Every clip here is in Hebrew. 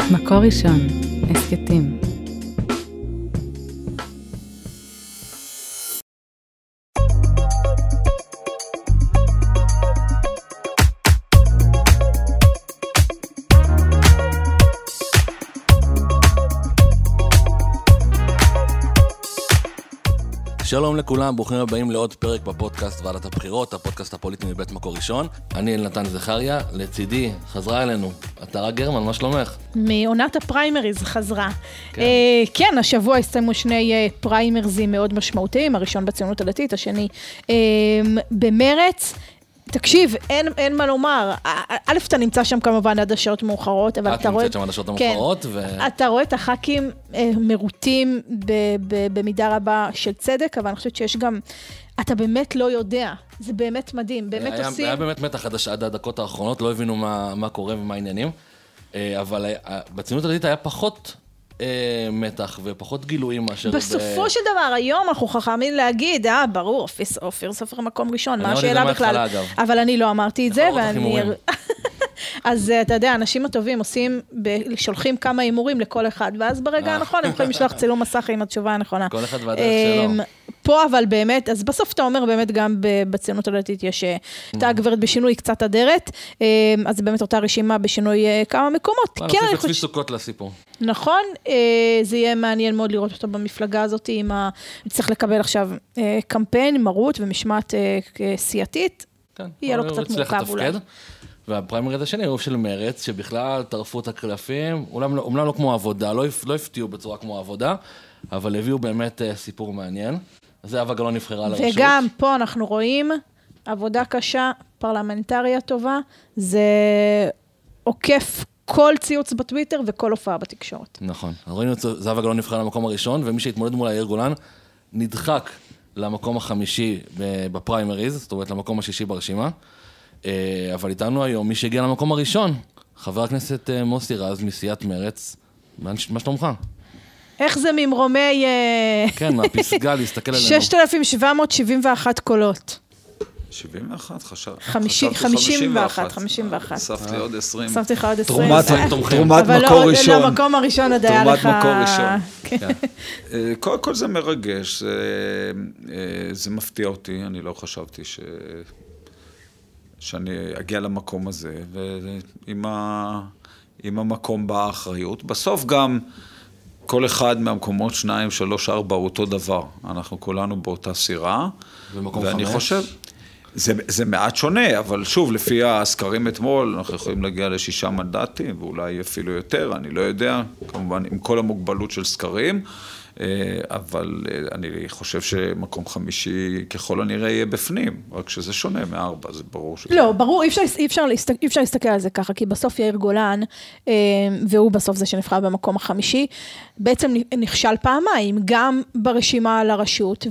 מקור ראשון, הסקטים. שלום לכולם, ברוכים הבאים לעוד פרק בפודקאסט ועדת הבחירות, הפודקאסט הפוליטי מבית מקור ראשון. אני אלנתן זכריה, לצידי חזרה אלינו, עטרה גרמן, מה שלומך? מעונת הפריימריז חזרה. כן, השבוע הסתיימו שני פריימריזים מאוד משמעותיים, הראשון בציונות הדתית, השני במרץ. תקשיב, אין מה לומר. א', אתה נמצא שם כמובן עד השעות מאוחרות, אבל אתה רואה... את נמצאת שם עד השעות המאוחרות, אתה רואה את הח"כים מרוטים במידה רבה של צדק, אבל אני חושבת שיש גם... אתה באמת לא יודע. זה באמת מדהים. באמת עושים... היה באמת מתח עד הדקות האחרונות, לא הבינו מה קורה ומה העניינים, אבל בציונות הדתית היה פחות... מתח ופחות גילויים מאשר... בסופו של דבר, היום אנחנו חכמים להגיד, ברור, אופיר סופר מקום ראשון, מה השאלה בכלל? אבל אני לא אמרתי את זה, ואני... אז אתה יודע, האנשים הטובים שולחים כמה אימורים לכל אחד, ואז ברגע הנכון הם יכולים לשלוח צילום מסך עם התשובה הנכונה. כל אחד והדרך שלו. פה אבל באמת, אז בסוף אתה אומר באמת גם בציונות הדתית יש אותה גברת בשינוי קצת אדרת, אז באמת אותה רשימה בשינוי כמה מקומות. כן, אני חושב סוכות לסיפור. נכון, זה יהיה מעניין מאוד לראות אותו במפלגה הזאת, צריך לקבל עכשיו קמפיין, מרות ומשמעת סיעתית, יהיה לו קצת מורכב אולי. והפריימריז השני הוא של מרץ, שבכלל טרפו את הקלפים, אומנם לא כמו עבודה, לא הפתיעו בצורה כמו עבודה, אבל הביאו באמת סיפור מעניין. זה אבא גלאון נבחרה לרשות. וגם פה אנחנו רואים עבודה קשה, פרלמנטריה טובה, זה עוקף כל ציוץ בטוויטר וכל הופעה בתקשורת. נכון. ראינו את זה, אבא גלאון נבחרה למקום הראשון, ומי שהתמודד מול יאיר גולן נדחק למקום החמישי בפריימריז, זאת אומרת למקום השישי ברשימה. אבל איתנו היום, מי שהגיע למקום הראשון, חבר הכנסת מוסי רז מסיעת מרץ, מה שלומך? איך זה ממרומי... כן, מהפסגה, להסתכל עלינו. 6,771 קולות. 71, חשבתי 51. אספתי עוד 20. אספתי לך עוד 20. תרומת מקור ראשון. אבל לא, למקום הראשון עוד היה לך... תרומת מקור ראשון. קודם כל זה מרגש, זה מפתיע אותי, אני לא חשבתי שאני אגיע למקום הזה, ועם המקום באה האחריות. בסוף גם כל אחד מהמקומות 2, 3, 4 הוא אותו דבר. אנחנו כולנו באותה סירה. ואני חושב, זה מעט שונה, אבל שוב, לפי הסקרים אתמול, אנחנו יכולים להגיע ל6 מנדטים, ואולי אפילו יותר, אני לא יודע, כמובן עם כל המוגבלות של סקרים, אבל אני חושב שמקום חמישי ככל הנראה יהיה בפנים, רק שזה שונה מ4, זה ברור. לא, ברור, אי אפשר להסתכל על זה ככה, כי בסוף יאיר גולן, והוא בסוף זה שנבחר במקום החמישי, בעצם נכשל פעמיים, גם ברשימה לרשות,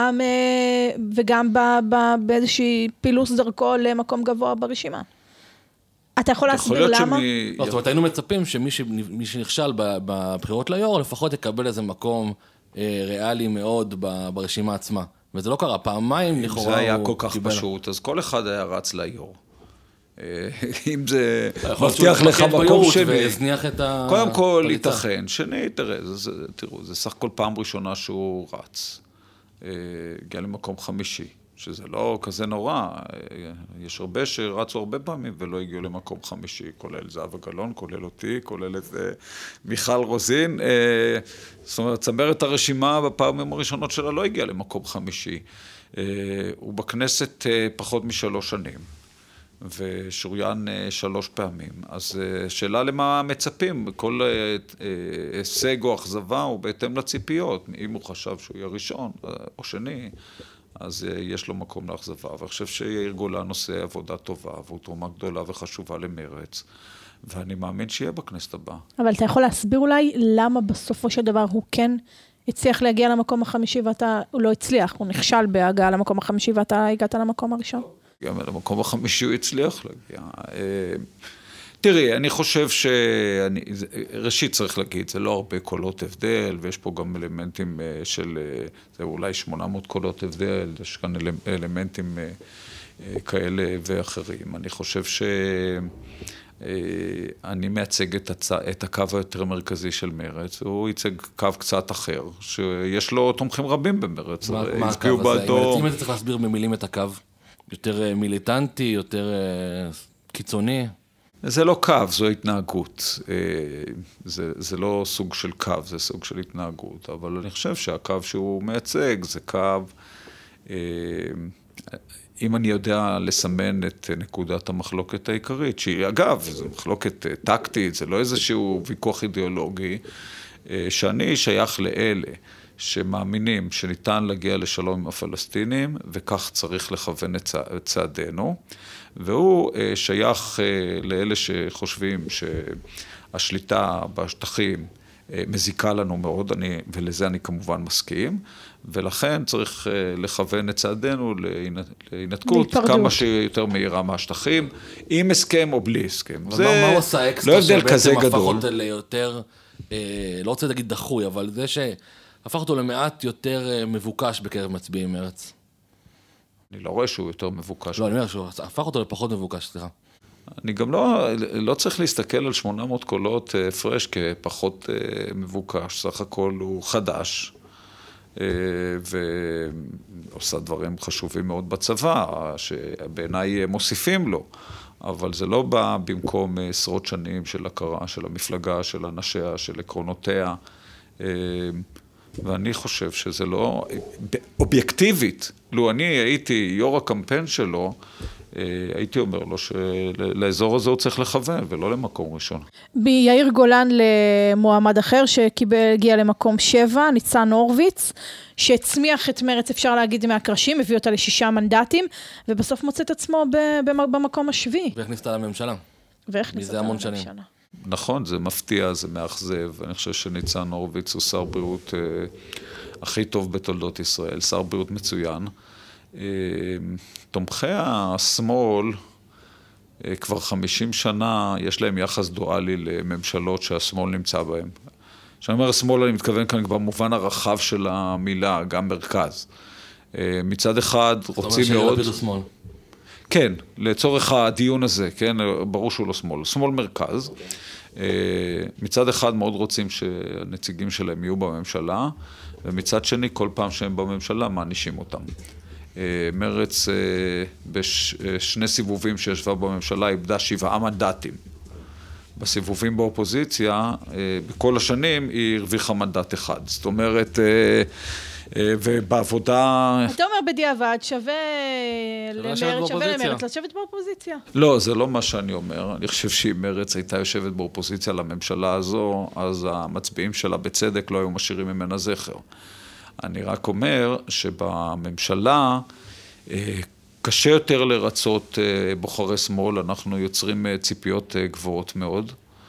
וגם באיזושהי פילוס דרכו למקום גבוה ברשימה. אתה יכול להסביר למה? זאת אומרת, היינו מצפים שמי שנכשל בבחירות ליו"ר, לפחות יקבל איזה מקום ריאלי מאוד ברשימה עצמה. וזה לא קרה, פעמיים לכאורה זה היה כל כך פשוט, אז כל אחד היה רץ ליו"ר. אם זה מבטיח לך מקום שני, קודם כל ייתכן, שני, תראו, זה סך כל פעם ראשונה שהוא רץ. הגיע למקום חמישי. שזה לא כזה נורא, יש הרבה שרצו הרבה פעמים ולא הגיעו למקום חמישי, כולל זהבה גלאון, כולל אותי, כולל את מיכל רוזין, זאת אומרת, צמרת הרשימה בפעמים הראשונות שלה לא הגיעה למקום חמישי, הוא בכנסת פחות מ3 שנים, ושוריין 3 פעמים, אז שאלה למה מצפים, כל הישג או אכזבה הוא בהתאם לציפיות, אם הוא חשב שהוא יהיה ראשון או שני, אז יש לו מקום לאכזבה, ואני חושב שיאיר גולן עושה עבודה טובה, והוא תרומה גדולה וחשובה למרץ, ואני מאמין שיהיה בכנסת הבאה. אבל אתה יכול להסביר אולי למה בסופו של דבר הוא כן הצליח להגיע למקום החמישי, ואתה לא הצליח, הוא נכשל בהגעה למקום החמישי, ואתה הגעת למקום הראשון? גם למקום החמישי הוא הצליח להגיע. תראי, אני חושב ראשית צריך להגיד, זה לא הרבה קולות הבדל, ויש פה גם אלמנטים של, זה אולי 800 קולות הבדל, יש כאן אלמנטים כאלה ואחרים. אני חושב אני מייצג את הקו היותר מרכזי של מרץ, הוא ייצג קו קצת אחר, שיש לו תומכים רבים במרץ. מה הקו הזה? אם אתה צריך להסביר במילים את הקו, יותר מיליטנטי, יותר קיצוני? זה לא קו, זו התנהגות. זה לא סוג של קו, זה סוג של התנהגות. אבל אני חושב שהקו שהוא מייצג זה קו, אם אני יודע לסמן את נקודת המחלוקת העיקרית, שהיא אגב, זו מחלוקת טקטית, זה לא איזשהו ויכוח אידיאולוגי, שאני שייך לאלה שמאמינים שניתן להגיע לשלום עם הפלסטינים, וכך צריך לכוון את צעדינו, והוא שייך לאלה שחושבים שהשליטה בשטחים מזיקה לנו מאוד, ולזה אני כמובן מסכים, ולכן צריך לכוון את צעדינו להינתקות כמה שיותר מהירה מהשטחים, עם הסכם או בלי הסכם. מה הוא עושה אקסטרה שבעצם הפך אותו ליותר, לא רוצה להגיד דחוי, אבל זה שהפך אותו למעט יותר מבוקש בקרב מצביעים מרץ? אני לא רואה שהוא יותר מבוקש. לא, אני אומר שהוא הפך אותו לפחות מבוקש, סליחה. אני גם לא צריך להסתכל על 800 קולות פרש כפחות מבוקש, סך הכל הוא חדש, ועושה דברים חשובים מאוד בצבא, שבעיניי מוסיפים לו, אבל זה לא בא במקום עשרות שנים של הכרה, של המפלגה, של אנשיה, של עקרונותיה, ואני חושב שזה לא, אובייקטיבית, לו אני הייתי יו"ר הקמפיין שלו, הייתי אומר לו שלאזור הזה הוא צריך לכוון, ולא למקום ראשון. ביאיר גולן למועמד אחר שהגיע למקום 7, ניצן הורוביץ, שהצמיח את מרץ, אפשר להגיד, מהקרשים, הביא אותה ל6 מנדטים, ובסוף מוצא את עצמו במקום השביעי. והכניס אותה לממשלה. מזה המון שנים. נכון, זה מפתיע, זה מאכזב. אני חושב שניצן הורוביץ הוא שר בריאות הכי טוב בתולדות ישראל, שר בריאות מצוין. תומכי השמאל כבר 50 שנה יש להם יחס דואלי לממשלות שהשמאל נמצא בהם. כשאני אומר שמאל אני מתכוון כאן במובן הרחב של המילה, גם מרכז. מצד אחד רוצים מאוד... כן, לצורך הדיון הזה, כן, ברור שהוא לא שמאל, שמאל מרכז. מצד אחד מאוד רוצים שהנציגים שלהם יהיו בממשלה, ומצד שני כל פעם שהם בממשלה מענישים אותם. מרץ בשני סיבובים שישבה בממשלה איבדה 7 מנדטים. בסיבובים באופוזיציה, בכל השנים היא הרוויחה מנדט אחד. זאת אומרת, ובעבודה... אתה אומר בדיעבד, שווה למרץ לשבת באופוזיציה. לא, זה לא מה שאני אומר. אני חושב שאם מרץ הייתה יושבת באופוזיציה לממשלה הזו, אז המצביעים שלה בצדק לא היו משאירים ממנה זכר. אני רק אומר שבממשלה קשה יותר לרצות בוחרי שמאל, אנחנו יוצרים ציפיות גבוהות מאוד,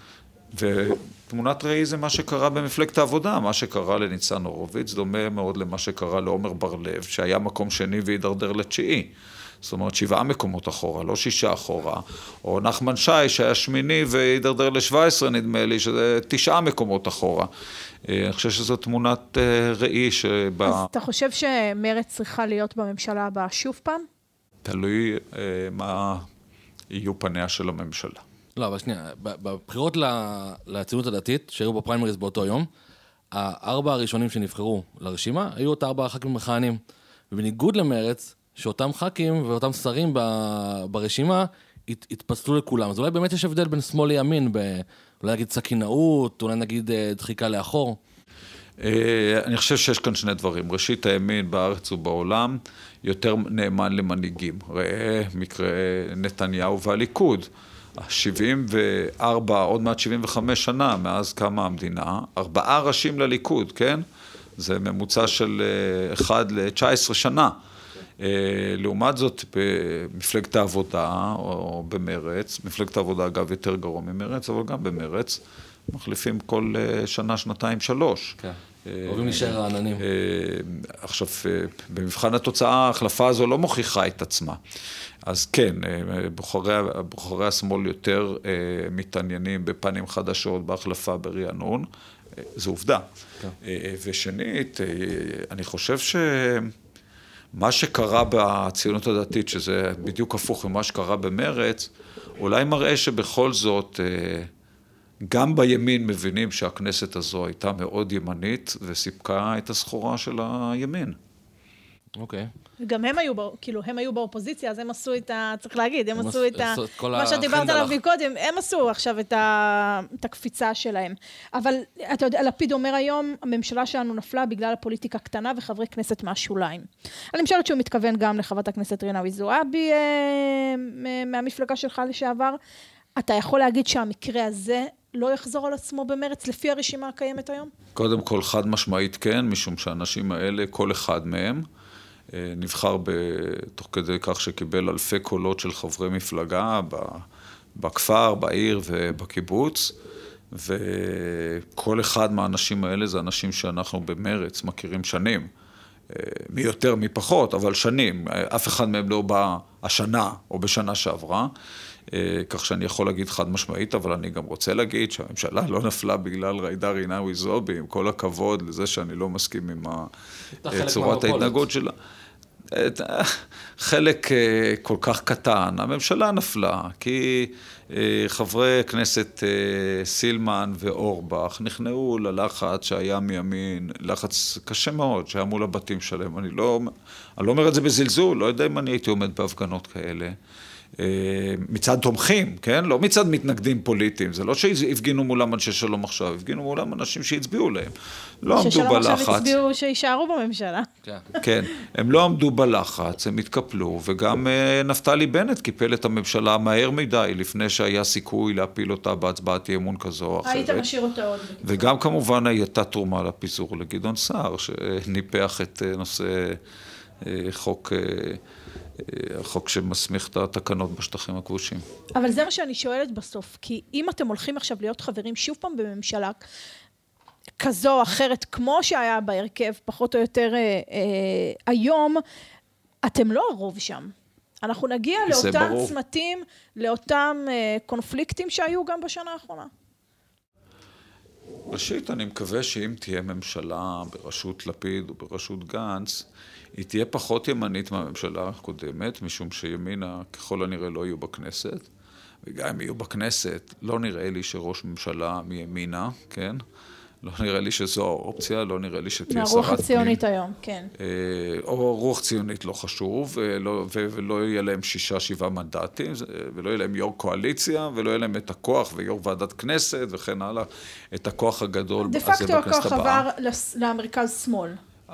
ותמונת ראי זה מה שקרה במפלגת העבודה, מה שקרה לניצן הורוביץ, דומה מאוד למה שקרה לעומר בר-לב, שהיה מקום שני והידרדר לתשיעי. זאת אומרת, 7 מקומות אחורה, לא 6 אחורה, או נחמן שי שהיה שמיני והידרדר ל-17, נדמה לי, שזה 9 מקומות אחורה. אני חושב שזו תמונת ראי שבה... אז אתה חושב שמרץ צריכה להיות בממשלה הבאה שוב פעם? תלוי מה יהיו פניה של הממשלה. לא, אבל שנייה, בבחירות לציונות הדתית, שהיו בפריימריז באותו יום, 4 הראשונים שנבחרו לרשימה, היו אותה 4 ח"כים מכהנים. ובניגוד למרץ, שאותם ח"כים ואותם שרים ברשימה התפצלו לכולם. אז אולי באמת יש הבדל בין שמאל לימין, אולי נגיד סכינאות, אולי נגיד דחיקה לאחור. אני חושב שיש כאן שני דברים. ראשית, הימין בארץ ובעולם יותר נאמן למנהיגים. ראה מקרה נתניהו והליכוד. 74, עוד מעט 75 שנה מאז קמה המדינה, 4 ראשים לליכוד, כן? זה ממוצע של 1 ל-19 שנה. לעומת זאת, במפלגת העבודה או במרץ, מפלגת העבודה אגב יותר גרוע ממרץ, אבל גם במרץ, מחליפים כל שנה, שנתיים, 3. כן, אוהבים להישאר העננים. עכשיו, במבחן התוצאה, ההחלפה הזו לא מוכיחה את עצמה. אז כן, בוחרי השמאל יותר מתעניינים בפנים חדשות, בהחלפה ברענון, זו עובדה. כן. ושנית, אני חושב מה שקרה בציונות הדתית, שזה בדיוק הפוך ממה שקרה במרץ, אולי מראה שבכל זאת, גם בימין מבינים שהכנסת הזו הייתה מאוד ימנית, וסיפקה את הסחורה של הימין. אוקיי. גם הם היו, כאילו, הם היו באופוזיציה, אז הם עשו את צריך להגיד, הם עשו את מה שדיברת עליו מקודם, הם עשו עכשיו את הקפיצה שלהם. אבל, אתה יודע, לפיד אומר היום, הממשלה שלנו נפלה בגלל הפוליטיקה קטנה וחברי כנסת מהשוליים. אני משאלת שהוא מתכוון גם לחברת הכנסת רינאוי זועבי, מהמפלגה שלך לשעבר. אתה יכול להגיד שהמקרה הזה לא יחזור על עצמו במרץ, לפי הרשימה הקיימת היום? קודם כל, חד משמעית כן, משום שהאנשים האלה, כל אחד מהם, נבחר תוך כדי כך שקיבל אלפי קולות של חברי מפלגה בכפר, בעיר ובקיבוץ, וכל אחד מהאנשים האלה זה אנשים שאנחנו במרץ מכירים שנים, מי יותר מי פחות, אבל שנים, אף אחד מהם לא בא השנה או בשנה שעברה, כך שאני יכול להגיד חד משמעית, אבל אני גם רוצה להגיד שהממשלה לא נפלה בגלל ג'ידא רינאוי זועבי, עם כל הכבוד לזה שאני לא מסכים עם צורת ההתנהגות שלה. חלק כל כך קטן, הממשלה נפלה, כי חברי כנסת סילמן ואורבך נכנעו ללחץ שהיה מימין, לחץ קשה מאוד שהיה מול הבתים שלהם. אני לא אומר את זה בזלזול, לא יודע אם אני הייתי עומד בהפגנות כאלה. מצד תומכים, כן? לא מצד מתנגדים פוליטיים. זה לא שהפגינו מולם אנשי שלום עכשיו, הפגינו מולם אנשים שהצביעו להם. לא עמדו בלחץ. ששלום עכשיו הצביעו שישארו בממשלה. כן, הם לא עמדו בלחץ, הם התקפלו, וגם נפתלי בנט קיפל את הממשלה מהר מדי, לפני שהיה סיכוי להפיל אותה בהצבעת אי-אמון כזו או אחרת. היית משאיר אותה עוד. וגם כמובן הייתה תרומה לפיזור לגדעון סער, שניפח את נושא החוק שמסמיך את התקנות בשטחים הכבושים. אבל זה מה שאני שואלת בסוף, כי אם אתם הולכים עכשיו להיות חברים שוב פעם בממשלה כזו או אחרת, כמו שהיה בהרכב, פחות או יותר היום, אתם לא הרוב שם. אנחנו נגיע לאותם צמתים, לאותם קונפליקטים שהיו גם בשנה האחרונה. ראשית, אני מקווה שאם תהיה ממשלה בראשות לפיד או בראשות גנץ, היא תהיה פחות ימנית מהממשלה הקודמת, משום שימינה ככל הנראה לא יהיו בכנסת, וגם אם יהיו בכנסת, לא נראה לי שראש ממשלה מימינה, כן? לא נראה לי שזו האופציה, לא נראה לי שתהיה שרת פנים. מהרוח הציונית היום, כן. או רוח ציונית לא חשוב, ולא יהיה להם 6-7 מנדטים, ולא יהיה להם יו"ר קואליציה, ולא יהיה להם את הכוח ויו"ר ועדת כנסת וכן הלאה, את הכוח הגדול הזה בכנסת הבאה. דה פקטו הכוח עבר לאמריקז שמאל.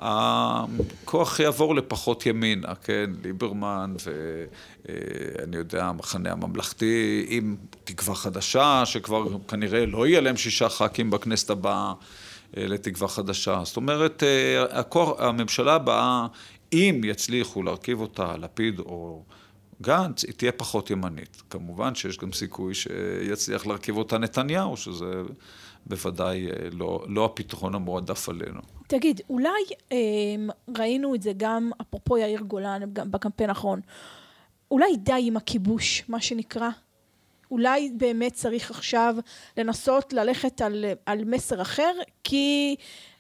הכוח יעבור לפחות ימינה, כן, ליברמן ואני יודע, המחנה הממלכתי עם תקווה חדשה, שכבר כנראה לא יהיה להם 6 ח"כים בכנסת הבאה לתקווה חדשה. זאת אומרת, הממשלה הבאה, אם יצליחו להרכיב אותה, לפיד או גנץ, היא תהיה פחות ימנית. כמובן שיש גם סיכוי שיצליח להרכיב אותה נתניהו, שזה בוודאי לא הפתרון המועדף עלינו. תגיד, אולי ראינו את זה גם, אפרופו יאיר גולן, גם בקמפיין האחרון, אולי די עם הכיבוש, מה שנקרא? אולי באמת צריך עכשיו לנסות ללכת על מסר אחר, כי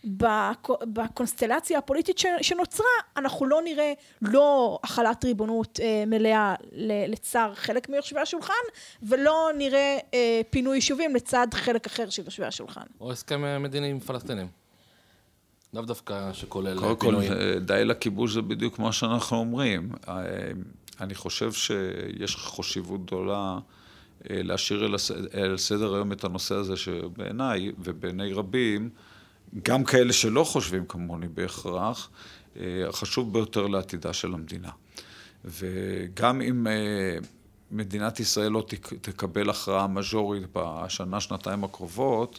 בקונסטלציה הפוליטית שנוצרה, אנחנו לא נראה לא החלת ריבונות מלאה לצד חלק מיושבי השולחן, ולא נראה פינוי יישובים לצד חלק אחר של יושבי השולחן. או הסכם מדיני עם פלסטינים. דווקא שכולל פינויים. די לכיבוש זה בדיוק מה שאנחנו אומרים. אני חושב שיש חשיבות גדולה להשאיר אל סדר היום את הנושא הזה שבעיניי ובעיני רבים, גם כאלה שלא חושבים כמוני בהכרח, חשוב ביותר לעתידה של המדינה. וגם אם מדינת ישראל לא תקבל הכרעה מז'ורית בשנה, שנתיים הקרובות,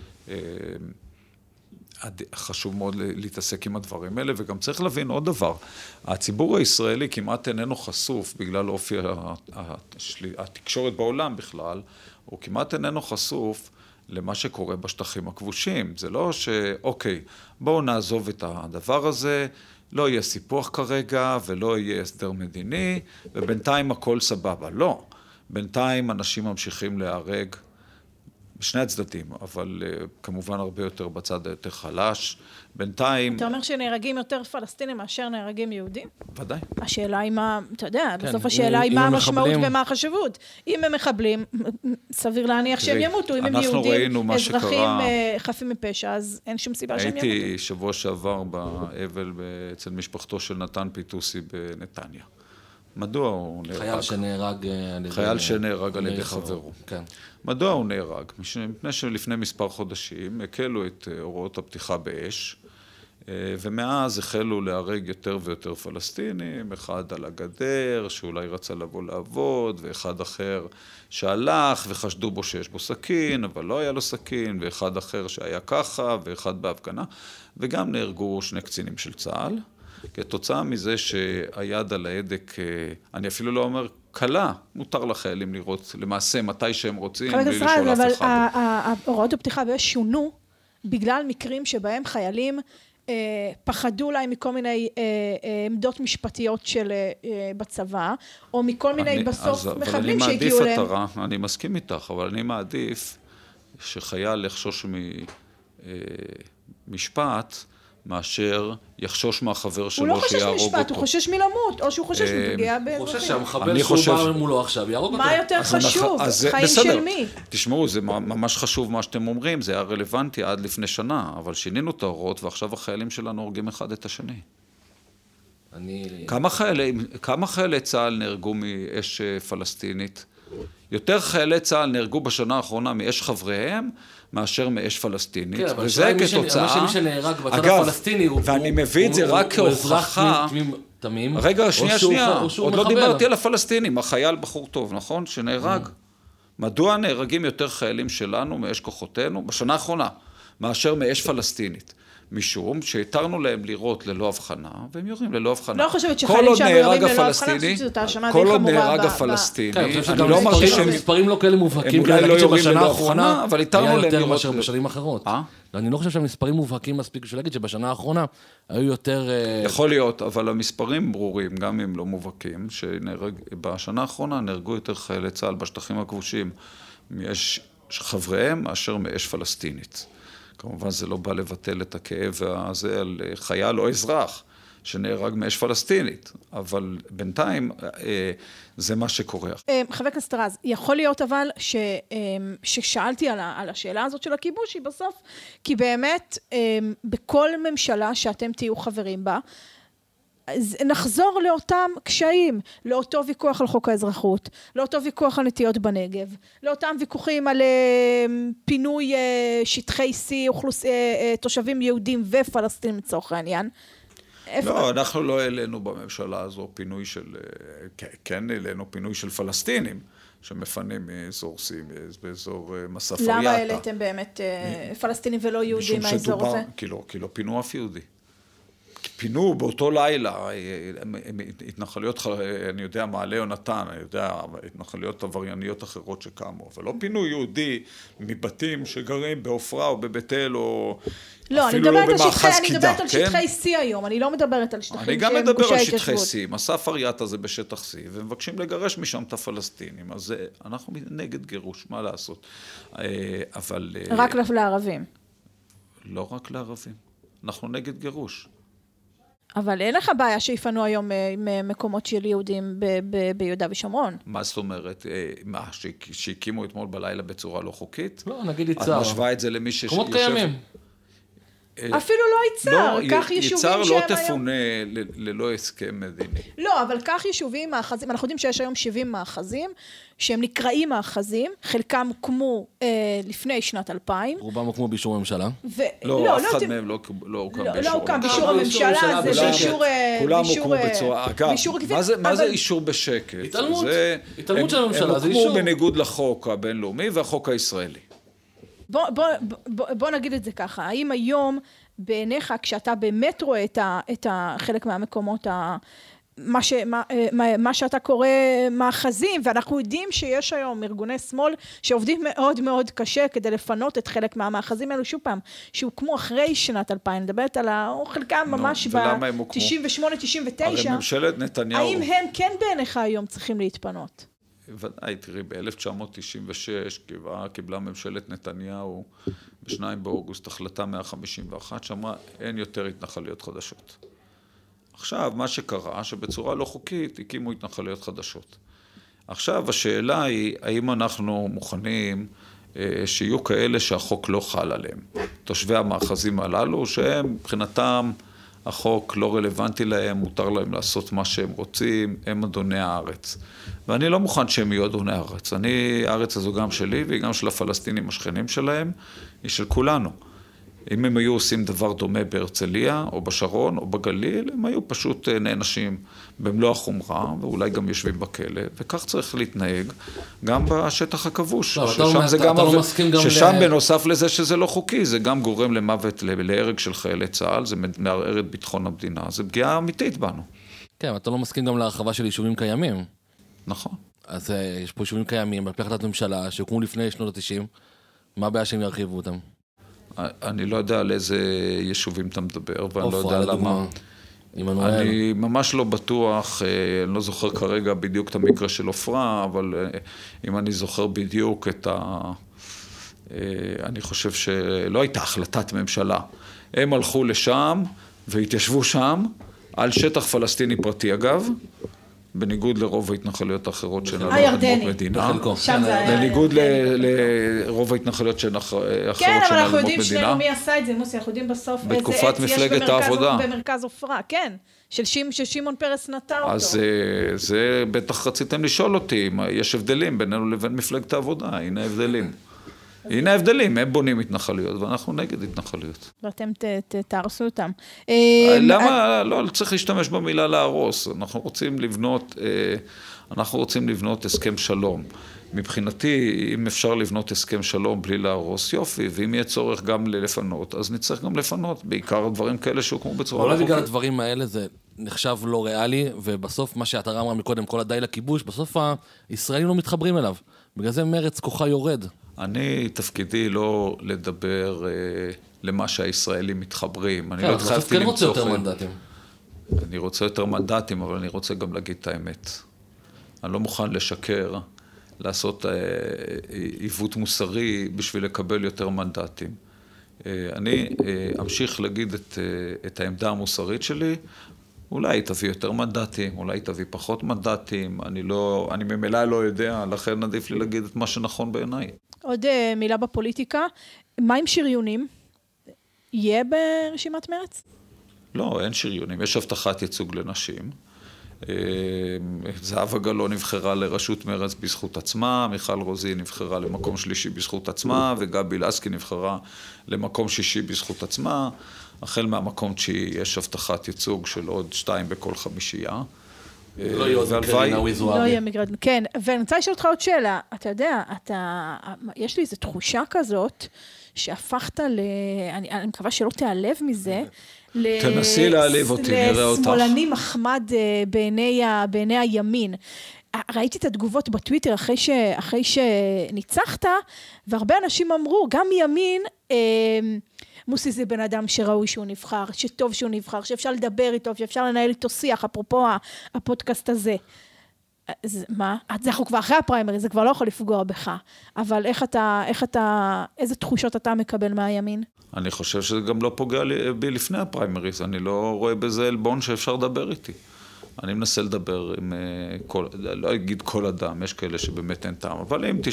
חשוב מאוד להתעסק עם הדברים האלה, וגם צריך להבין עוד דבר. הציבור הישראלי כמעט איננו חשוף, בגלל אופי התקשורת בעולם בכלל, הוא כמעט איננו חשוף למה שקורה בשטחים הכבושים. זה לא שאוקיי, בואו נעזוב את הדבר הזה, לא יהיה סיפוח כרגע, ולא יהיה הסדר מדיני, ובינתיים הכל סבבה. לא. בינתיים אנשים ממשיכים להיהרג בשני הצדדים, אבל כמובן הרבה יותר בצד היותר חלש. בינתיים... אתה אומר שנהרגים יותר פלסטינים מאשר נהרגים יהודים? ודאי. השאלה היא מה, אתה יודע, בסוף השאלה היא מה המשמעות ומה החשיבות. אם הם מחבלים, סביר להניח שהם ימותו, אם הם יהודים, אזרחים חפים מפשע, אז אין שום סיבה שהם ימותו. הייתי שבוע שעבר באבל אצל משפחתו של נתן פיטוסי בנתניה. מדוע הוא נהרג? חייל שנהרג על ידי חברו. כן. מדוע הוא נהרג? מפני שלפני מספר חודשים הקלו את הוראות הפתיחה באש, ומאז החלו להרג יותר ויותר פלסטינים, אחד על הגדר, שאולי רצה לבוא לעבוד, ואחד אחר שהלך וחשדו בו שיש בו סכין, אבל לא היה לו סכין, ואחד אחר שהיה ככה, ואחד בהפגנה, וגם נהרגו שני קצינים של צה"ל. כתוצאה מזה שהיד על ההדק, אני אפילו לא אומר קלה, מותר לחיילים לראות למעשה מתי שהם רוצים, בלי לשאול אף אחד. אבל הוראות הפתיחה באש שונו בגלל מקרים שבהם חיילים פחדו להם מכל מיני עמדות משפטיות של בצבא, או מכל מיני בסוף מחבלים שהגיעו להם. אני מסכים איתך, אבל אני מעדיף שחייל יחשוש ממשפט, מאשר יחשוש מהחבר שלו שיהרוג אותו. הוא לא חושש משפט, הוא חושש מלמות, או שהוא חושש מפגיעה באזרחים. הוא חושש שהמחבל שהוא בא מולו עכשיו יהרוג אותו. מה יותר חשוב? חיים של מי? תשמעו, זה ממש חשוב מה שאתם אומרים, זה היה רלוונטי עד לפני שנה, אבל שינינו את ההוראות, ועכשיו החיילים שלנו הורגים אחד את השני. כמה חיילי צה"ל נהרגו מאש פלסטינית? יותר חיילי צה"ל נהרגו בשנה האחרונה מאש חבריהם, מאשר מאש פלסטינית, כן, וזה כתוצאה... מי שנהרג בצד הפלסטיני הוא... ואני מביא את זה רק כהוכחה... תמים, רגע, שנייה, עוד לא דיברתי על הפלסטינים, החייל בחור טוב, נכון? שנהרג. מדוע נהרגים יותר חיילים שלנו מאש כוחותינו בשנה האחרונה, מאשר מאש פלסטינית? משום שהתרנו להם לירות ללא הבחנה, והם יורים ללא הבחנה. לא חושבת שחיילים שם יורים ללא הבחנה, זאת האשמה די חמורה. כל עוד נהרג הפלסטיני, אני לא אומר שהמספרים לא כאלה מובהקים, אולי לא יורים ללא הבחנה, אבל התרנו להם יותר לירות... מאשר בשנים אחרות. אני לא חושב שהמספרים מובהקים מספיק בשביל להגיד שבשנה האחרונה היו יותר... יכול להיות, אבל המספרים ברורים, גם אם לא מובהקים, שבשנה האחרונה נהרגו יותר חיילי צה"ל בשטחים הכבושים, מאש חבריהם מאשר מאש פלסטינית. כמובן זה לא בא לבטל את הכאב הזה על חייל או אזרח שנהרג מאש פלסטינית, אבל בינתיים זה מה שקורה. חבר הכנסת רז, יכול להיות אבל ששאלתי על השאלה הזאת של הכיבוש, היא בסוף, כי באמת בכל ממשלה שאתם תהיו חברים בה, אז נחזור לאותם קשיים, לאותו ויכוח על חוק האזרחות, לאותו ויכוח על נטיות בנגב, לאותם ויכוחים על פינוי שטחי C, תושבים יהודים ופלסטינים לצורך העניין. לא, אנחנו לא העלינו בממשלה הזו פינוי של, כן העלינו פינוי של פלסטינים, שמפנים מאזור C, באזור מסף אריאטה. למה העליתם באמת פלסטינים ולא יהודים מהאזור הזה? כי לא פינו אף יהודי. פינו באותו לילה, התנחלויות, אני יודע, מעלה יונתן, אני יודע, התנחלויות עברייניות אחרות שקמו, אבל לא פינו יהודי מבתים שגרים בעופרה או בבית אל, או אפילו לא במאחז קידה. אני מדברת על שטחי C היום, אני לא מדברת על שטחים אני גם מדבר על שטחי C, מסף אריאטה זה בשטח C, ומבקשים לגרש משם את הפלסטינים, אז אנחנו נגד גירוש, מה לעשות? אבל... רק לערבים. לא רק לערבים, אנחנו נגד גירוש. אבל אין לך בעיה שיפנו היום מקומות של יהודים ביהודה ושומרון. מה זאת אומרת? מה, שהקימו אתמול בלילה בצורה לא חוקית? לא, נגיד יצר. את משווה את זה למי שיושב... מקומות קיימים. אפילו לא יצר, כך יישובים שהם היום... יצר לא תפונה ללא הסכם מדיני. לא, אבל כך יישובים מאחזים, אנחנו יודעים שיש היום 70 מאחזים, שהם נקראים מאחזים, חלקם הוקמו לפני שנת 2000. רובם הוקמו באישור הממשלה. לא, אף אחד מהם לא הוקם באישור הממשלה, זה באישור... כולם הוקמו בצורה... אגב, מה זה אישור בשקט? התעלמות של הממשלה, זה הם אישור. הוקמו בניגוד לחוק הבינלאומי והחוק הישראלי. בוא נגיד את זה ככה, האם היום בעיניך כשאתה באמת רואה את חלק מהמקומות, מה שאתה קורא מאחזים, ואנחנו יודעים שיש היום ארגוני שמאל שעובדים מאוד מאוד קשה כדי לפנות את חלק מהמאחזים האלו, שוב פעם, שהוקמו אחרי שנת 2000, מדברת על חלקם ממש ב-98-99, הרי ממשלת נתניהו... האם הם כן בעיניך היום צריכים להתפנות? ודאי, תראי, ב-1996 קיבלה ממשלת נתניהו ב2 באוגוסט החלטה 151, שאמרה, אין יותר התנחלויות חדשות. עכשיו, מה שקרה, שבצורה לא חוקית הקימו התנחלויות חדשות. עכשיו, השאלה היא, האם אנחנו מוכנים שיהיו כאלה שהחוק לא חל עליהם? תושבי המאחזים הללו, שהם מבחינתם, החוק לא רלוונטי להם, מותר להם לעשות מה שהם רוצים, הם אדוני הארץ. ואני לא מוכן שהם יהיו אדוני הארץ. הארץ הזו גם שלי והיא גם של הפלסטינים השכנים שלהם, היא של כולנו. אם הם היו עושים דבר דומה בהרצליה, או בשרון, או בגליל, הם היו פשוט נאנשים במלוא החומרה, ואולי גם יושבים בכלא, וכך צריך להתנהג גם בשטח הכבוש. ששם בנוסף לזה שזה לא חוקי, זה גם גורם למוות, להרג של חיילי צה"ל, זה מערער את ביטחון המדינה, זה פגיעה אמיתית בנו. כן, אתה לא מסכים גם להרחבה של יישובים קיימים. נכון. אז יש פה יישובים קיימים, על פי החלטת ממשלה, שהוקמו לפני שנות ה-90, מה הבעיה שהם ירחיבו אותם? אני לא יודע על איזה יישובים אתה מדבר, ואני לא יודע למה. עמנואל. אני ממש לא בטוח, אני לא זוכר כרגע בדיוק את המקרה של עופרה, אבל אם אני זוכר בדיוק אני חושב שלא הייתה החלטת ממשלה. הם הלכו לשם והתיישבו שם, על שטח פלסטיני פרטי אגב, בניגוד לרוב ההתנחלויות האחרות של אדמות מדינה. בניגוד לרוב ההתנחלויות אחרות של כן, אבל אנחנו אדמות יודעים מדינה. שנינו מי עשה את זה, מוסי, אנחנו יודעים בסוף בתקופת מפלגת העבודה. במרכז עופרה, כן, ששמעון פרס נטע אותו. אז זה בטח רציתם לשאול אותי, יש הבדלים בינינו לבין מפלגת העבודה, הנה הבדלים. הנה ההבדלים, הם בונים התנחלויות, ואנחנו נגד התנחלויות. ואתם תהרסו אותם. למה? לא צריך להשתמש במילה להרוס. אנחנו רוצים לבנות הסכם שלום. מבחינתי, אם אפשר לבנות הסכם שלום בלי להרוס, יופי, ואם יהיה צורך גם לפנות, אז נצטרך גם לפנות, בעיקר דברים כאלה שהוקמו בצורה... אולי בגלל הדברים האלה זה נחשב לא ריאלי, ובסוף מה שאתה אמרה מקודם, כל הדי לכיבוש, בסוף הישראלים לא מתחברים אליו. בגלל זה מרץ כוחה יורד. אני, תפקידי לא לדבר למה שהישראלים מתחברים. אני לא התחייבתי למצוא יותר מנדטים. אני רוצה יותר מנדטים, אבל אני רוצה גם להגיד את האמת. אני לא מוכן לשקר, לעשות עיוות מוסרי בשביל לקבל יותר מנדטים. אני אמשיך להגיד את העמדה המוסרית שלי, אולי תביא יותר מנדטים, אולי תביא פחות מנדטים, אני ממילא לא יודע, לכן עדיף לי להגיד את מה שנכון בעיניי. עוד מילה בפוליטיקה, מה עם שריונים? יהיה ברשימת מרץ? לא, אין שריונים, יש הבטחת ייצוג לנשים. זהבה גלאון נבחרה לראשות מרץ בזכות עצמה, מיכל רוזין נבחרה למקום שלישי בזכות עצמה, וגבי לסקי נבחרה למקום שישי בזכות עצמה. החל מהמקום 9 יש הבטחת ייצוג של עוד 2 בכל חמישייה. לא יהיה עוד מקרדינה זועבי. לא יהיה מקרדינה, כן. ואני רוצה לשאול אותך עוד שאלה. אתה יודע, יש לי איזו תחושה כזאת, שהפכת אני מקווה שלא תיעלב מזה, תנסי להעליב אותי, נראה אותך. לשמאלני מחמד בעיני הימין. ראיתי את התגובות בטוויטר אחרי שניצחת, והרבה אנשים אמרו, גם ימין, מוסי זה בן אדם שראוי שהוא נבחר, שטוב שהוא נבחר, שאפשר לדבר איתו, שאפשר לנהל איתו שיח, אפרופו הפודקאסט הזה. מה? אנחנו כבר אחרי הפריימריז, זה כבר לא יכול לפגוע בך. אבל איזה תחושות אתה מקבל מהימין? אני חושב שזה גם לא פוגע בי לפני הפריימריז, אני לא רואה בזה אלבון שאפשר לדבר איתי. אני מנסה לדבר עם לא אגיד כל אדם, יש כאלה שבאמת אין טעם, אבל עם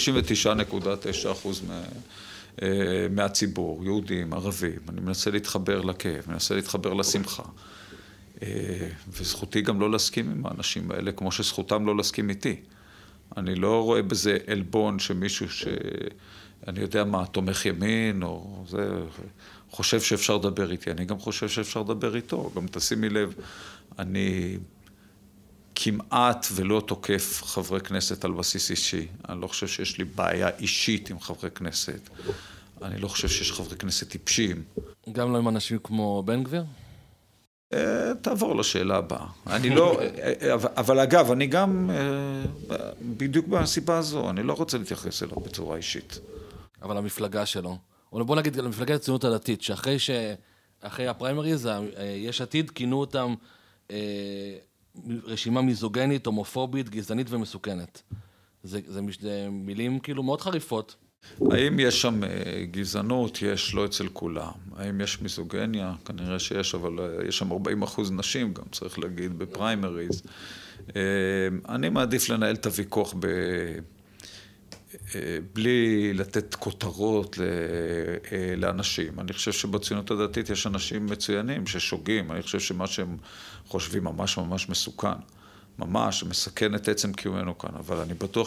99.9% מהציבור, יהודים, ערבים, אני מנסה להתחבר לכאב, מנסה להתחבר לשמחה. וזכותי גם לא להסכים עם האנשים האלה, כמו שזכותם לא להסכים איתי. אני לא רואה בזה אלבון שמישהו אני יודע מה, תומך ימין, או זה, חושב שאפשר לדבר איתי. אני גם חושב שאפשר לדבר איתו. גם תשימי לב, אני כמעט ולא תוקף חברי כנסת על בסיס אישי. אני לא חושב שיש לי בעיה אישית עם חברי כנסת. אני לא חושב שיש חברי כנסת טיפשים. גם לא עם אנשים כמו בן גביר? תעבור לשאלה הבאה. אני לא, אבל אגב, אני גם, בדיוק בסיבה הזו, אני לא רוצה להתייחס אליו בצורה אישית. אבל המפלגה שלו, או בוא נגיד, המפלגה הציונות הדתית, שאחרי הפריימריז, יש עתיד, כינו אותם רשימה מיזוגנית, הומופובית, גזענית ומסוכנת. זה מילים כאילו מאוד חריפות. האם יש שם גזענות? יש, לא אצל כולם. האם יש מיזוגניה? כנראה שיש, אבל יש שם 40% נשים, גם צריך להגיד, בפריימריז. אני מעדיף לנהל את הוויכוח בלי לתת כותרות לאנשים. אני חושב שבציונות הדתית יש אנשים מצוינים ששוגים. אני חושב שמה שהם חושבים ממש ממש מסוכן. ממש מסכן את עצם קיומנו כאן. אבל אני בטוח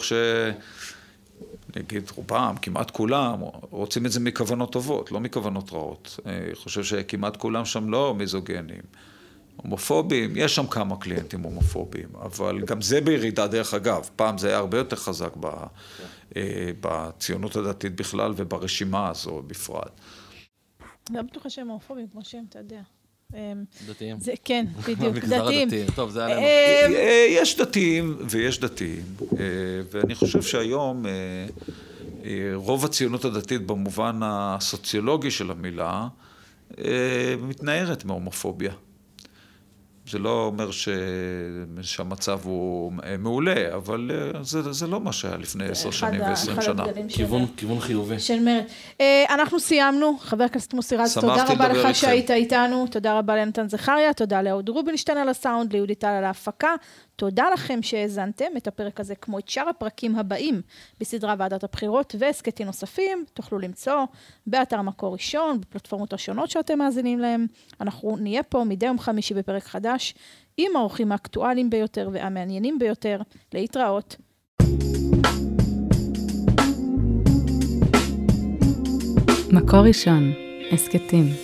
נגיד רובם, כמעט כולם, רוצים את זה מכוונות טובות, לא מכוונות רעות. אני חושב שכמעט כולם שם לא מיזוגנים. הומופובים, יש שם כמה קליינטים הומופובים, אבל גם זה בירידה דרך אגב. פעם זה היה הרבה יותר חזק בציונות הדתית בכלל וברשימה הזו בפרט. לא בטוחה שהם הומופובים, כמו שהם, אתה יודע. דתיים. כן, בדיוק, דתיים. טוב, זה עלינו. יש דתיים ויש דתיים, ואני חושב שהיום רוב הציונות הדתית במובן הסוציולוגי של המילה מתנערת מהומופוביה. זה לא אומר שהמצב הוא מעולה, אבל זה לא מה שהיה לפני 10 שנים ו20 שנה. כיוון חיובי. של מרד. אנחנו סיימנו. חבר הכנסת מוסי רז, תודה רבה לך שהיית איתנו. תודה רבה לנתן זכריה, תודה לאהוד רובינשטיין על הסאונד, ליהודית טל על ההפקה. תודה לכם שהאזנתם את הפרק הזה, כמו את שאר הפרקים הבאים בסדרה ועדת הבחירות והסקטים נוספים, תוכלו למצוא באתר מקור ראשון, בפלטפורמות השונות שאתם מאזינים להם. אנחנו נהיה פה מדי יום חמישי בפרק חדש, עם האורחים האקטואליים ביותר והמעניינים ביותר. להתראות. מקור ראשון, הסקטים.